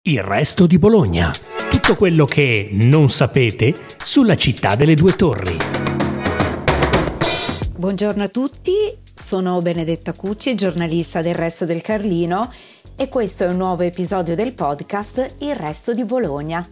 Il resto di Bologna. Tutto quello che non sapete sulla città delle due torri. Buongiorno a tutti, sono Benedetta Cucci, giornalista del Resto del Carlino, e questo è un nuovo episodio del podcast Il resto di Bologna.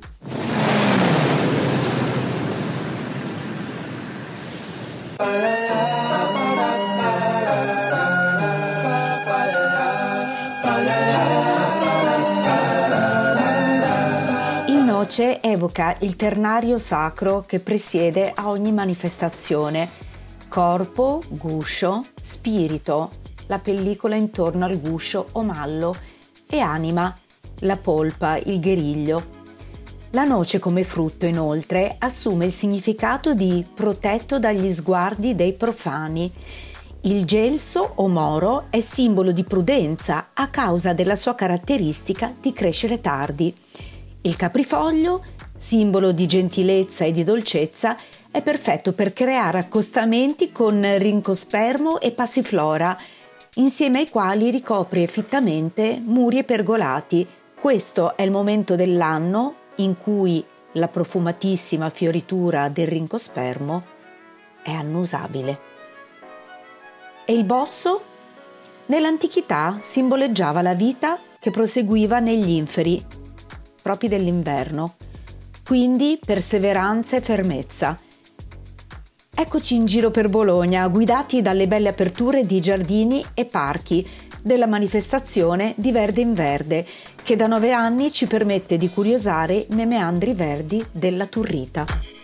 Noce evoca il ternario sacro che presiede a ogni manifestazione. Corpo, guscio, spirito, la pellicola intorno al guscio o mallo, e anima, la polpa, il guerriglio. La noce come frutto, inoltre, assume il significato di protetto dagli sguardi dei profani. Il gelso o moro è simbolo di prudenza a causa della sua caratteristica di crescere tardi. Il caprifoglio, simbolo di gentilezza e di dolcezza, è perfetto per creare accostamenti con rincospermo e passiflora, insieme ai quali ricopre fittamente muri e pergolati. Questo è il momento dell'anno in cui la profumatissima fioritura del rincospermo è annusabile. E il bosso? Nell'antichità simboleggiava la vita che proseguiva negli inferi propri dell'inverno, quindi perseveranza e fermezza. Eccoci in giro per Bologna, guidati dalle belle aperture di giardini e parchi della manifestazione di Verde in Verde, che da 9 anni ci permette di curiosare nei meandri verdi della Turrita.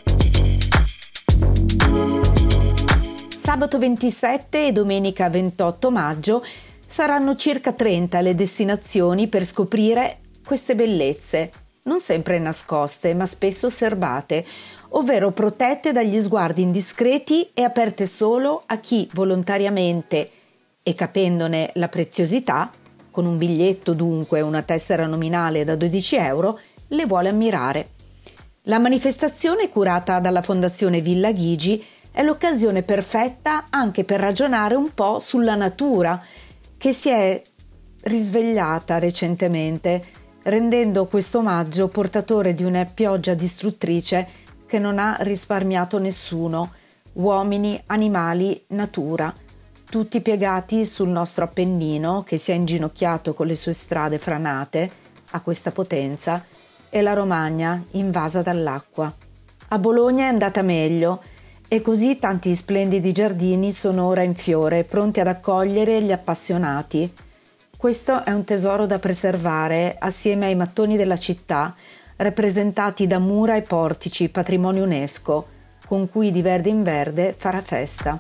Sabato 27 e domenica 28 maggio saranno circa 30 le destinazioni per scoprire queste bellezze, non sempre nascoste, ma spesso osservate, ovvero protette dagli sguardi indiscreti e aperte solo a chi volontariamente, e capendone la preziosità, con un biglietto dunque una tessera nominale da 12 euro, le vuole ammirare. La manifestazione, curata dalla Fondazione Villa Ghigi, è l'occasione perfetta anche per ragionare un po' sulla natura, che si è risvegliata recentemente, rendendo questo maggio portatore di una pioggia distruttrice che non ha risparmiato nessuno, uomini, animali, natura, tutti piegati sul nostro Appennino che si è inginocchiato con le sue strade franate a questa potenza, e la Romagna invasa dall'acqua. A Bologna è andata meglio, e così tanti splendidi giardini sono ora in fiore, pronti ad accogliere gli appassionati. Questo è un tesoro da preservare assieme ai mattoni della città, rappresentati da mura e portici, patrimonio UNESCO, con cui di Verde in Verde farà festa.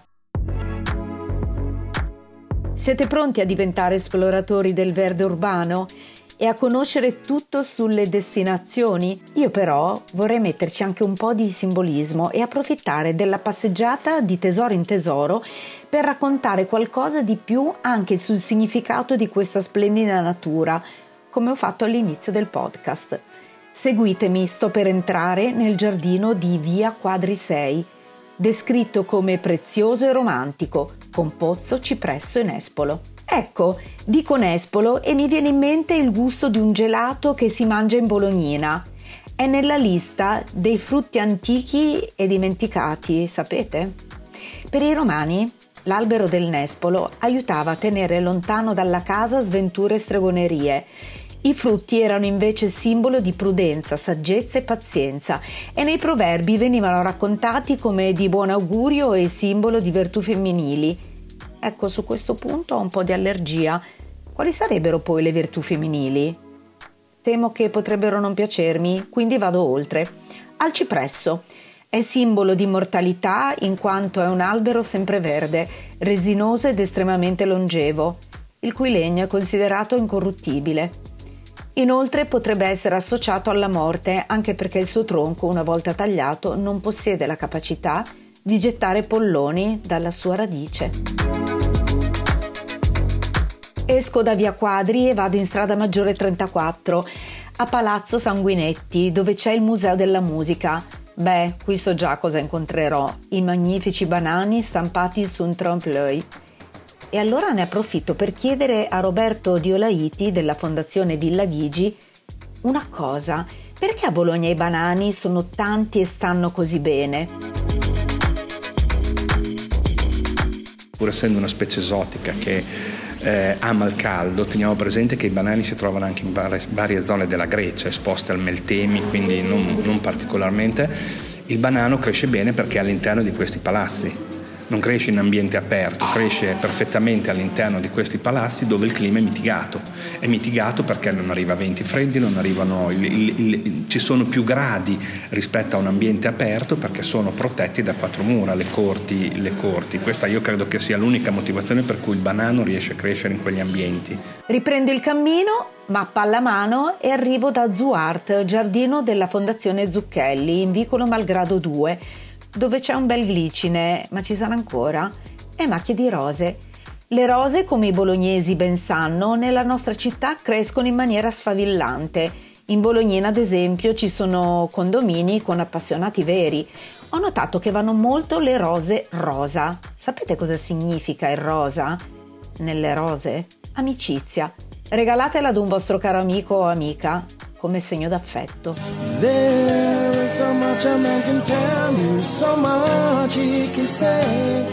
Siete pronti a diventare esploratori del verde urbano e a conoscere tutto sulle destinazioni? Io però vorrei metterci anche un po' di simbolismo e approfittare della passeggiata di tesoro in tesoro per raccontare qualcosa di più anche sul significato di questa splendida natura, come ho fatto all'inizio del podcast. Seguitemi, sto per entrare nel giardino di Via Quadri 6, descritto come prezioso e romantico, con pozzo, cipresso e nespolo. Ecco, dico nespolo e mi viene in mente il gusto di un gelato che si mangia in Bolognina. È nella lista dei frutti antichi e dimenticati, sapete? Per i romani, l'albero del nespolo aiutava a tenere lontano dalla casa sventure e stregonerie. I frutti erano invece simbolo di prudenza, saggezza e pazienza, e nei proverbi venivano raccontati come di buon augurio e simbolo di virtù femminili. Ecco, su questo punto ho un po' di allergia. Quali sarebbero poi le virtù femminili? Temo che potrebbero non piacermi, quindi vado oltre. Al cipresso. È simbolo di immortalità in quanto è un albero sempreverde, resinoso ed estremamente longevo, il cui legno è considerato incorruttibile. Inoltre potrebbe essere associato alla morte, anche perché il suo tronco, una volta tagliato, non possiede la capacità di gettare polloni dalla sua radice. Esco da Via Quadri e vado in strada Maggiore 34, a Palazzo Sanguinetti, dove c'è il Museo della Musica. Beh, qui so già cosa incontrerò, i magnifici banani stampati su un trompe-l'œil. E allora ne approfitto per chiedere a Roberto Diolaiti della Fondazione Villa Ghigi una cosa, perché a Bologna i banani sono tanti e stanno così bene? Pur essendo una specie esotica che ama il caldo, teniamo presente che i banani si trovano anche in varie zone della Grecia, esposte al meltemi, quindi non particolarmente. Il banano cresce bene perché è all'interno di questi palazzi, non cresce in ambiente aperto, cresce perfettamente all'interno di questi palazzi dove il clima è mitigato. È mitigato perché non arriva venti freddi, non arrivano ci sono più gradi rispetto a un ambiente aperto perché sono protetti da quattro mura, le corti. Questa io credo che sia l'unica motivazione per cui il banano riesce a crescere in quegli ambienti. Riprendo il cammino, mappa alla mano, e arrivo da Zuart, giardino della Fondazione Zucchelli, in vicolo Malgrado 2, dove c'è un bel glicine, ma ci sarà ancora, e macchie di rose. Le rose, come i bolognesi ben sanno, nella nostra città crescono in maniera sfavillante. In Bolognina, ad esempio, ci sono condomini con appassionati veri. Ho notato che vanno molto le rose rosa. Sapete cosa significa il rosa? Nelle rose? Amicizia. Regalatela ad un vostro caro amico o amica come segno d'affetto. There is so much a man can tell me, so much he can say.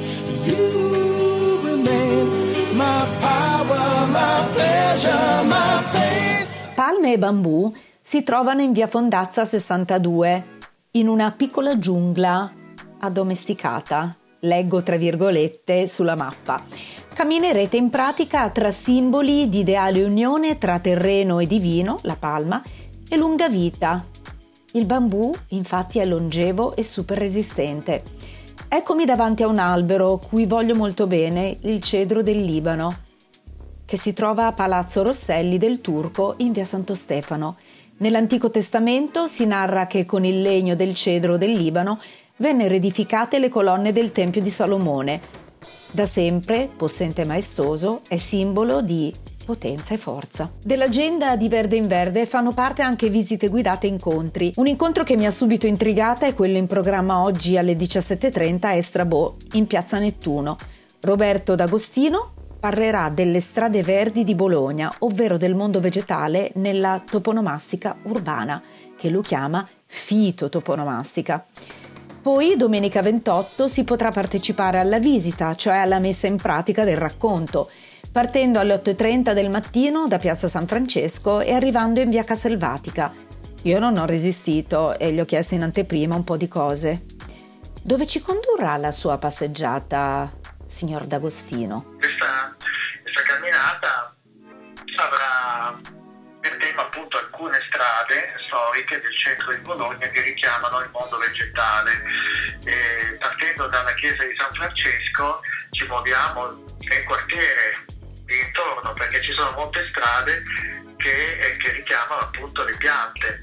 You remain my power, my pleasure, my pain. Palme e bambù si trovano in via Fondazza 62, in una piccola giungla addomesticata. Leggo tra virgolette sulla mappa. Camminerete in pratica tra simboli di ideale unione tra terreno e divino, la palma, e lunga vita. Il bambù, infatti, è longevo e super resistente. Eccomi davanti a un albero cui voglio molto bene, il cedro del Libano, che si trova a Palazzo Rosselli del Turco in via Santo Stefano. Nell'Antico Testamento si narra che con il legno del cedro del Libano vennero edificate le colonne del Tempio di Salomone. Da sempre, possente e maestoso, è simbolo di potenza e forza. Dell'agenda di Verde in Verde fanno parte anche visite guidate e incontri. Un incontro che mi ha subito intrigata è quello in programma oggi alle 17:30 a Estrabò, in piazza Nettuno. Roberto D'Agostino parlerà delle strade verdi di Bologna, ovvero del mondo vegetale nella toponomastica urbana, che lo chiama fitotoponomastica. Poi, domenica 28, si potrà partecipare alla visita, cioè alla messa in pratica del racconto, partendo alle 8:30 del mattino da Piazza San Francesco e arrivando in via Caselvatica. Io non ho resistito e gli ho chiesto in anteprima un po' di cose. Dove ci condurrà la sua passeggiata, signor D'Agostino? Questa camminata avrà per tema appunto alcune strade storiche del centro di Bologna che richiamano il mondo vegetale. Partendo dalla chiesa di San Francesco ci muoviamo nel quartiere di intorno, perché ci sono molte strade che richiamano appunto le piante.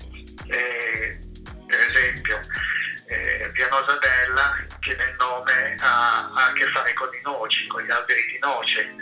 Per esempio via Nosadella, che nel nome ha a che fare con i noci, con gli alberi di noce.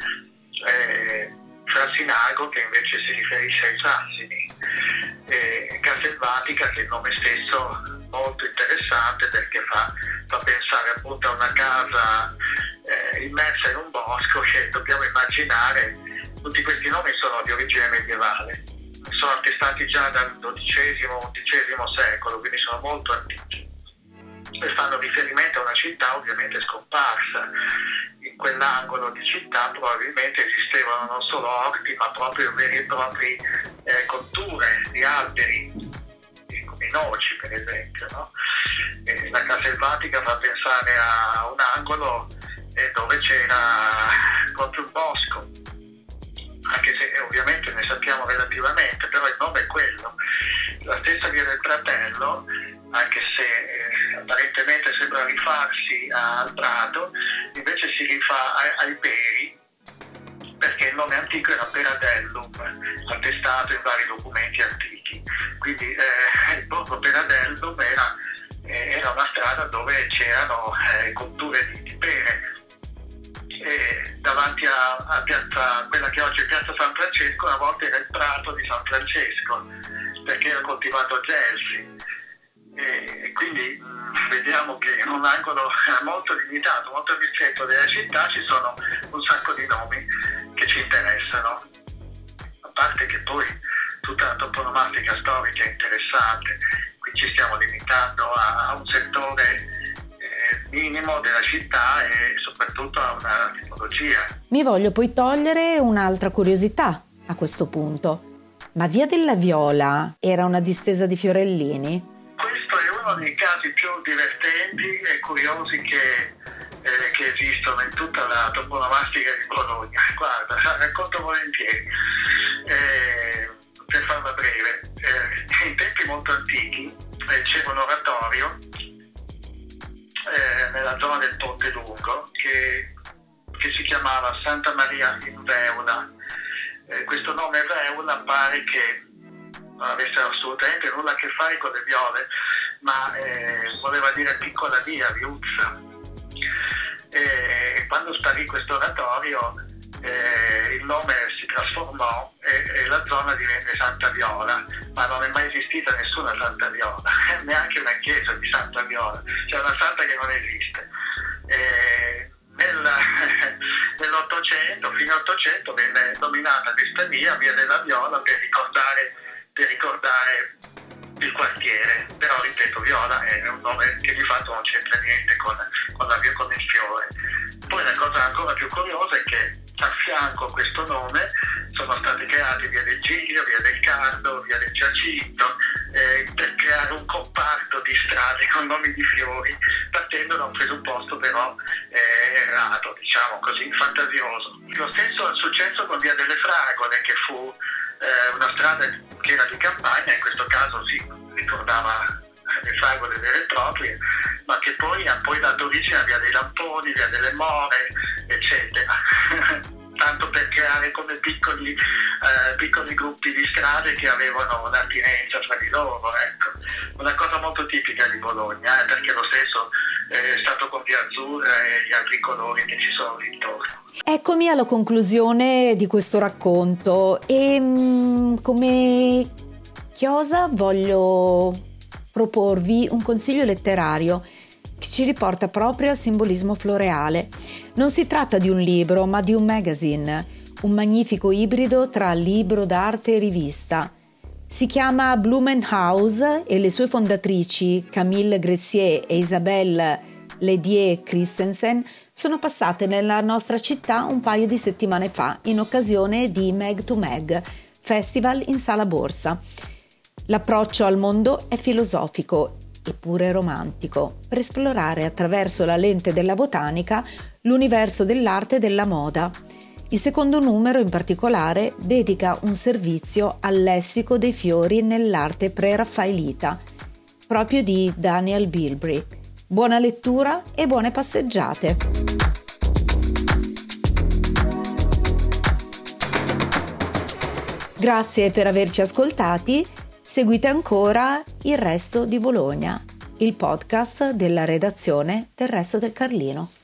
Frassinago, che invece si riferisce ai sassini, Caselvatica, che è il nome stesso molto interessante perché fa pensare appunto a una casa immersa in un bosco, che dobbiamo immaginare. Tutti questi nomi sono di origine medievale, sono attestati già dal XII-XI secolo, quindi sono molto antichi e fanno riferimento a una città ovviamente scomparsa. In quell'angolo di città probabilmente esistevano non solo orti, ma proprio veri e propri colture di alberi, come i noci per esempio, no? La Caselvatica fa pensare a un angolo dove c'era proprio un bosco, anche se ovviamente ne sappiamo relativamente, però il nome è quello. La stessa via del Pratello, anche se apparentemente sembra rifarsi al prato, invece si rifà ai peri, perché il nome antico era Peradellum, attestato in vari documenti antichi. Quindi il borgo Peradellum era una strada dove c'erano colture di pere. Davanti a piazza, quella che oggi è piazza San Francesco, una volta era il prato di San Francesco, perché era coltivato gelsi. Quindi vediamo che in un angolo molto limitato, molto ristretto della città ci sono un sacco di nomi che ci interessano, a parte che poi tutta la toponomastica storica è interessante. Qui ci stiamo limitando a un settore minimo della città e soprattutto a una tipologia. Mi voglio poi togliere un'altra curiosità a questo punto. Ma Via della Viola era una distesa di fiorellini? Questo è uno dei casi più divertenti e curiosi che esistono in tutta la toponomastica di Bologna. Guarda, racconto volentieri. Per farla breve, in tempi molto antichi c'era un oratorio nella zona del Ponte Lungo che si chiamava Santa Maria in Veula. Questo nome Veula pare che non avesse assolutamente nulla a che fare con le viole, ma voleva dire piccola via, viuzza. Quando sparì questo oratorio il nome si trasformò e la zona divenne Santa Viola, ma non è mai esistita nessuna Santa Viola, neanche una chiesa di Santa Viola, c'è una santa che non esiste. Nell'Ottocento, fino all'Ottocento, venne nominata questa via della Viola per ricordare il quartiere, però ripeto, Viola è un nome che di fatto non c'entra niente con il fiore. Poi la cosa ancora più curiosa è che a fianco a questo nome sono state create via del Giglio, via del Cardo, via del Giacinto, per creare un comparto di strade con nomi di fiori, partendo da un presupposto però errato, diciamo così, fantasioso. Lo stesso è successo con via delle Fragole, che fu una strada che era di campagna, in questo caso si ricordava le fragole vere e proprie, ma che poi ha dato origine a via dei Lamponi, via delle More, eccetera. Tanto per creare come piccoli gruppi di strade che avevano un'attinenza fra di loro, ecco. Una cosa molto tipica di Bologna, perché lo stesso è stato con via Azzurra e gli altri colori che ci sono intorno. Eccomi alla conclusione di questo racconto e come chiosa voglio proporvi un consiglio letterario che ci riporta proprio al simbolismo floreale. Non si tratta di un libro, ma di un magazine, un magnifico ibrido tra libro d'arte e rivista. Si chiama Blumenhaus e le sue fondatrici Camille Gressier e Isabelle Ledier Christensen sono passate nella nostra città un paio di settimane fa in occasione di Mag to Mag, festival in Sala Borsa. L'approccio al mondo è filosofico eppure romantico, per esplorare attraverso la lente della botanica l'universo dell'arte e della moda. Il secondo numero in particolare dedica un servizio al lessico dei fiori nell'arte pre-raffaelita, proprio di Daniel Bilbray. Buona lettura e buone passeggiate! Grazie per averci ascoltati. Seguite ancora Il Resto di Bologna, il podcast della redazione del Resto del Carlino.